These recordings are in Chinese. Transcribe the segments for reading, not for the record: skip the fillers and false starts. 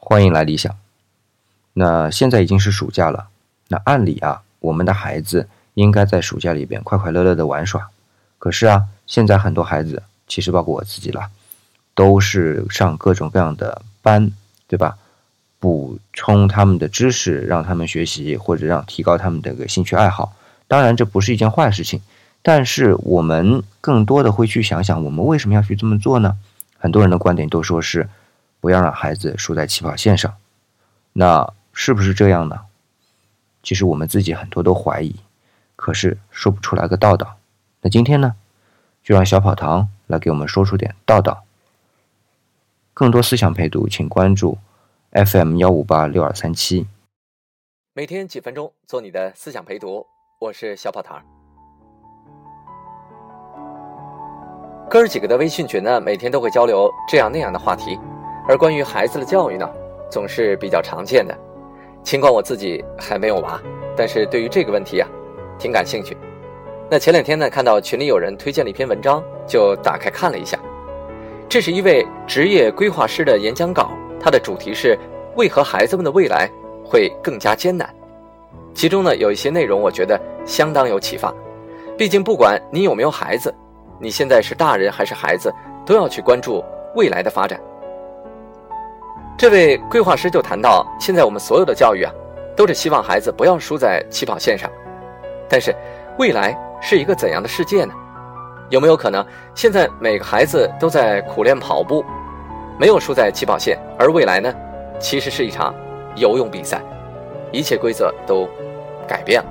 欢迎来理想。那现在已经是暑假了，那按理啊，我们的孩子应该在暑假里边快快乐乐的玩耍。可是啊，现在很多孩子，其实包括我自己了，都是上各种各样的班，对吧？补充他们的知识，让他们学习，或者让提高他们的个兴趣爱好。当然这不是一件坏事情，但是我们更多的会去想想，我们为什么要去这么做呢？很多人的观点都说是不要让孩子输在起跑线上。那是不是这样呢？其实我们自己很多都怀疑，可是说不出来个道道。那今天呢，就让小跑堂来给我们说出点道道。更多思想陪读请关注 FM1586237， 每天几分钟做你的思想陪读，我是小跑堂。哥儿几个的微信群呢，每天都会交流这样那样的话题，而关于孩子的教育呢，总是比较常见的。尽管我自己还没有娃，但是对于这个问题啊，挺感兴趣。那前两天呢，看到群里有人推荐了一篇文章，就打开看了一下。这是一位职业规划师的演讲稿，它的主题是为何孩子们的未来会更加艰难。其中呢，有一些内容我觉得相当有启发。毕竟不管你有没有孩子，你现在是大人还是孩子，都要去关注未来的发展。这位规划师就谈到，现在我们所有的教育啊，都是希望孩子不要输在起跑线上。但是未来是一个怎样的世界呢？有没有可能现在每个孩子都在苦练跑步，没有输在起跑线，而未来呢，其实是一场游泳比赛，一切规则都改变了。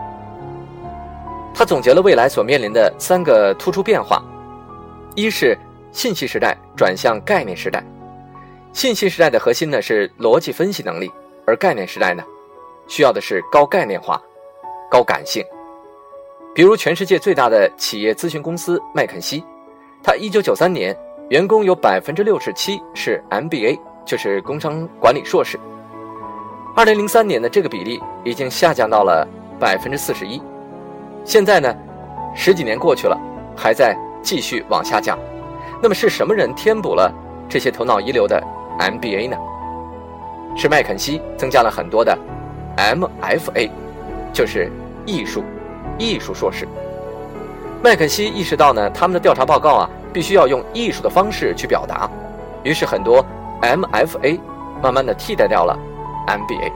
他总结了未来所面临的3个突出变化。一是信息时代转向概念时代。信息时代的核心呢是逻辑分析能力，而概念时代呢，需要的是高概念化、高感性。比如全世界最大的企业咨询公司麦肯锡，它1993年员工有 67% 是 MBA， 就是工商管理硕士。2003年的这个比例已经下降到了 41%。现在呢，10几年过去了，还在继续往下降。那么是什么人填补了这些头脑一流的 MBA 呢？是麦肯锡增加了很多的 MFA， 就是艺术硕士。麦肯锡意识到呢，他们的调查报告啊，必须要用艺术的方式去表达，于是很多 MFA 慢慢的替代掉了 MBA。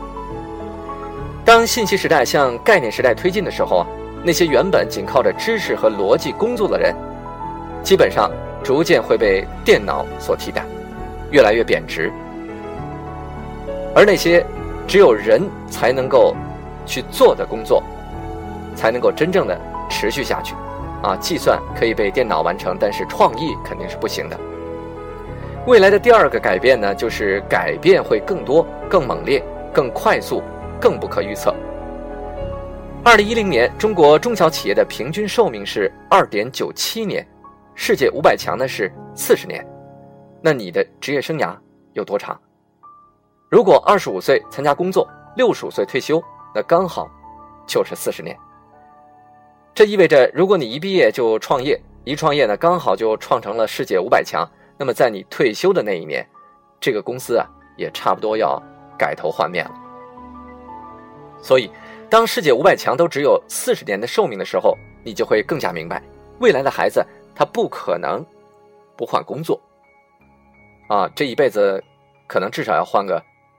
当信息时代向概念时代推进的时候啊，那些原本仅靠着知识和逻辑工作的人，基本上逐渐会被电脑所替代，越来越贬值。而那些只有人才能够去做的工作，才能够真正的持续下去。计算可以被电脑完成，但是创意肯定是不行的。未来的第2个改变呢，就是改变会更多、更猛烈、更快速、更不可预测。2010年，中国中小企业的平均寿命是 2.97 年，世界500强呢是40年。那你的职业生涯有多长？如果25岁参加工作，65岁退休，那刚好就是40年。这意味着，如果你一毕业就创业，一创业呢，刚好就创成了世界500强，那么在你退休的那一年，这个公司啊，也差不多要改头换面了。所以当世界500强都只有40年的寿命的时候，你就会更加明白，未来的孩子他不可能不换工作这一辈子可能至少要换个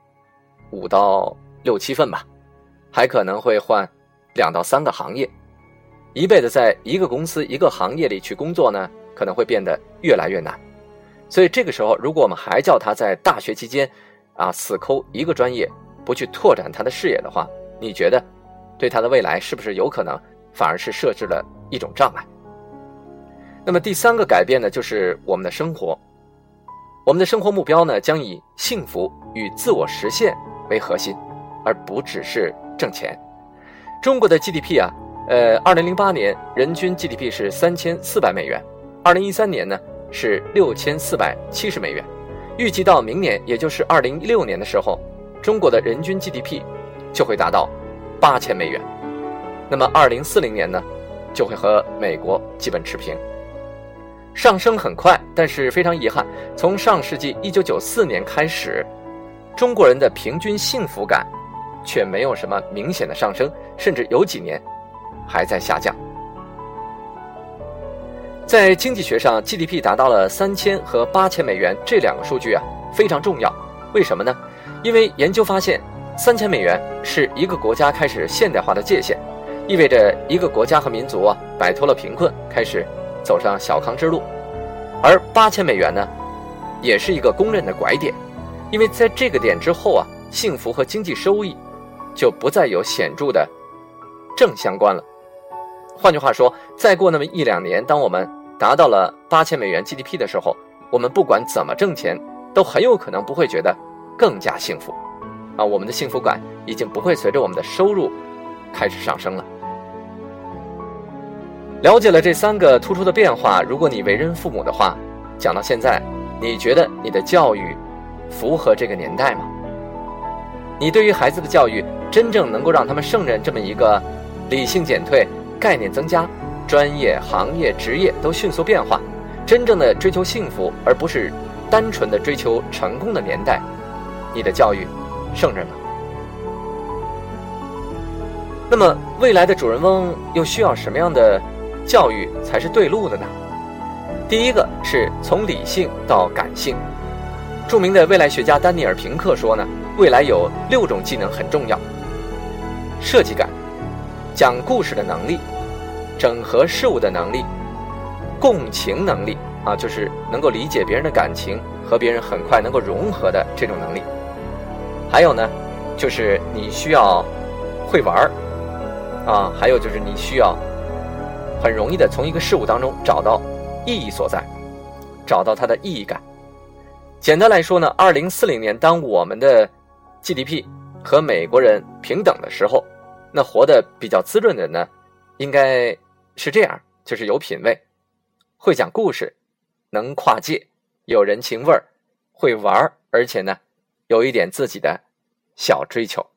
5到6、7份吧，还可能会换2到3个行业。一辈子在一个公司一个行业里去工作呢，可能会变得越来越难。所以这个时候，如果我们还叫他在大学期间死抠一个专业，不去拓展他的视野的话，你觉得对他的未来是不是有可能反而是设置了一种障碍？那么第3个改变呢，就是我们的生活。我们的生活目标呢，将以幸福与自我实现为核心，而不只是挣钱。中国的 GDP 2008年人均 GDP 是3400美元，2013年呢是6470美元，预计到明年，也就是2016年的时候，中国的人均 GDP 就会达到8000美元。那么2040年呢，就会和美国基本持平。上升很快，但是非常遗憾，从上世纪1994年开始， 中国人的平均幸福感却没有什么明显的上升，甚至有几年还在下降。在经济学上 GDP 达到了3000和8000美元这两个数据非常重要。为什么呢？因为研究发现3000美元是一个国家开始现代化的界限，意味着一个国家和民族摆脱了贫困，开始走上小康之路。而8000美元呢，也是一个公认的拐点，因为在这个点之后幸福和经济收益就不再有显著的正相关了。换句话说，再过那么1-2年，当我们达到了8000美元 GDP 的时候，我们不管怎么挣钱，都很有可能不会觉得更加幸福我们的幸福感已经不会随着我们的收入开始上升了。了解了这3个突出的变化，如果你为人父母的话，讲到现在，你觉得你的教育符合这个年代吗？你对于孩子的教育真正能够让他们胜任这么一个理性减退、概念增加、专业、行业、职业都迅速变化，真正的追求幸福而不是单纯的追求成功的年代，你的教育胜任吗？那么未来的主人翁又需要什么样的教育才是对路的呢？第一个是从理性到感性。著名的未来学家丹尼尔·平克说呢，未来有6种技能很重要：设计感、讲故事的能力、整合事物的能力、共情能力就是能够理解别人的感情，和别人很快能够融合的这种能力。还有呢，就是你需要会玩还有就是你需要很容易的从一个事物当中找到意义所在，找到它的意义感。简单来说呢，2040年当我们的 GDP 和美国人平等的时候，那活得比较滋润的人呢，应该是这样，就是有品位，会讲故事，能跨界，有人情味儿，会玩，而且呢有一点自己的小追求。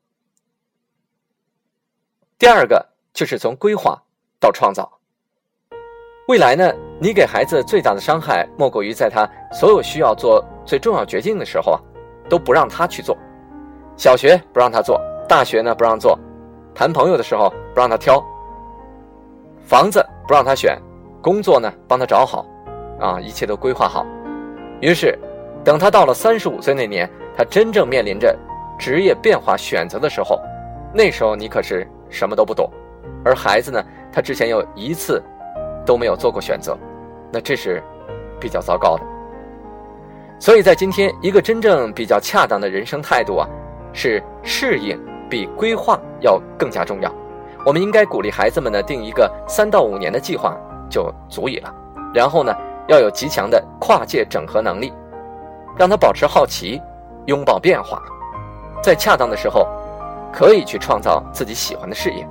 第二个就是从规划到创造。未来呢，你给孩子最大的伤害莫过于在他所有需要做最重要决定的时候都不让他去做。小学不让他做，大学呢不让做，谈朋友的时候不让他挑，房子不让他选，工作呢帮他找好一切都规划好。于是等他到了35岁那年，他真正面临着职业变化选择的时候，那时候你可是什么都不懂，而孩子呢，他之前有一次都没有做过选择，那这是比较糟糕的。所以在今天，一个真正比较恰当的人生态度是适应比规划要更加重要。我们应该鼓励孩子们呢，定一个3到5年的计划就足以了。然后呢，要有极强的跨界整合能力，让他保持好奇，拥抱变化，在恰当的时候可以去创造自己喜欢的事业。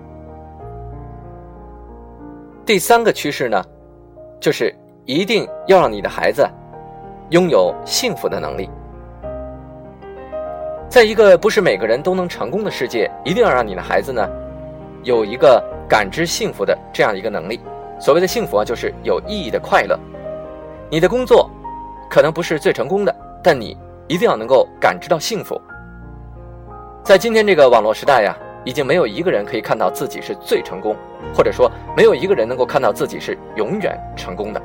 第3个趋势呢，就是一定要让你的孩子拥有幸福的能力。在一个不是每个人都能成功的世界，一定要让你的孩子呢有一个感知幸福的这样一个能力。所谓的幸福就是有意义的快乐。你的工作可能不是最成功的，但你一定要能够感知到幸福。在今天这个网络时代已经没有一个人可以看到自己是最成功，或者说没有一个人能够看到自己是永远成功的。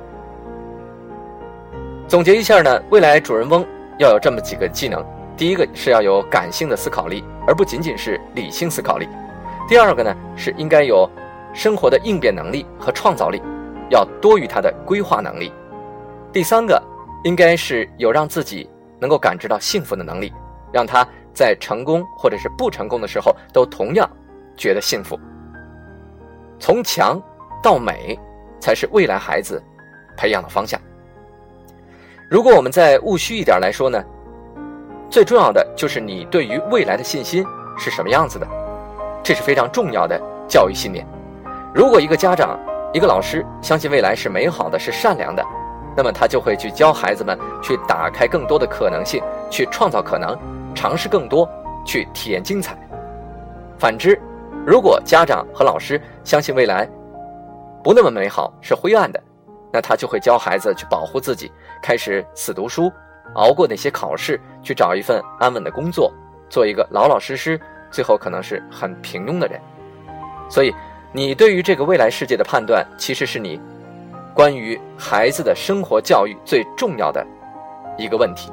总结一下呢，未来主人翁要有这么几个技能。第一个是要有感性的思考力，而不仅仅是理性思考力。第二个呢，是应该有生活的应变能力和创造力，要多于他的规划能力。第3个应该是有让自己能够感知到幸福的能力，让他在成功或者是不成功的时候都同样觉得幸福。从强到美才是未来孩子培养的方向。如果我们再务虚一点来说呢，最重要的就是你对于未来的信心是什么样子的，这是非常重要的教育信念。如果一个家长、一个老师相信未来是美好的、是善良的，那么他就会去教孩子们去打开更多的可能性，去创造可能，尝试更多，去体验精彩。反之，如果家长和老师相信未来不那么美好，是灰暗的，那他就会教孩子去保护自己，开始死读书， 熬过那些考试，去找一份安稳的工作，做一个老老实实，最后可能是很平庸的人。所以你对于这个未来世界的判断，其实是你关于孩子的生活教育最重要的一个问题。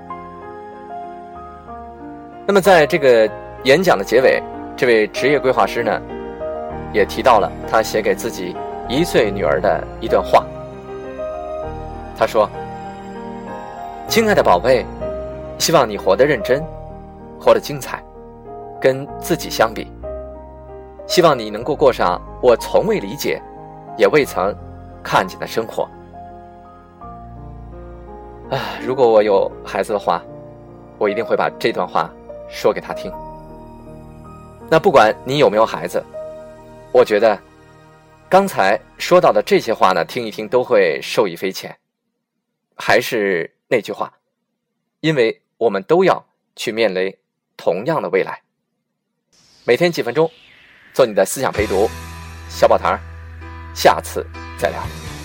那么在这个演讲的结尾，这位职业规划师呢，也提到了他写给自己1岁女儿的一段话。他说：亲爱的宝贝，希望你活得认真，活得精彩，跟自己相比，希望你能够过上我从未理解也未曾看见的生活。如果我有孩子的话，我一定会把这段话说给他听。那不管你有没有孩子，我觉得刚才说到的这些话呢，听一听都会受益匪浅。还是那句话，因为我们都要去面临同样的未来。每天几分钟，做你的思想陪读，小宝堂，下次再聊。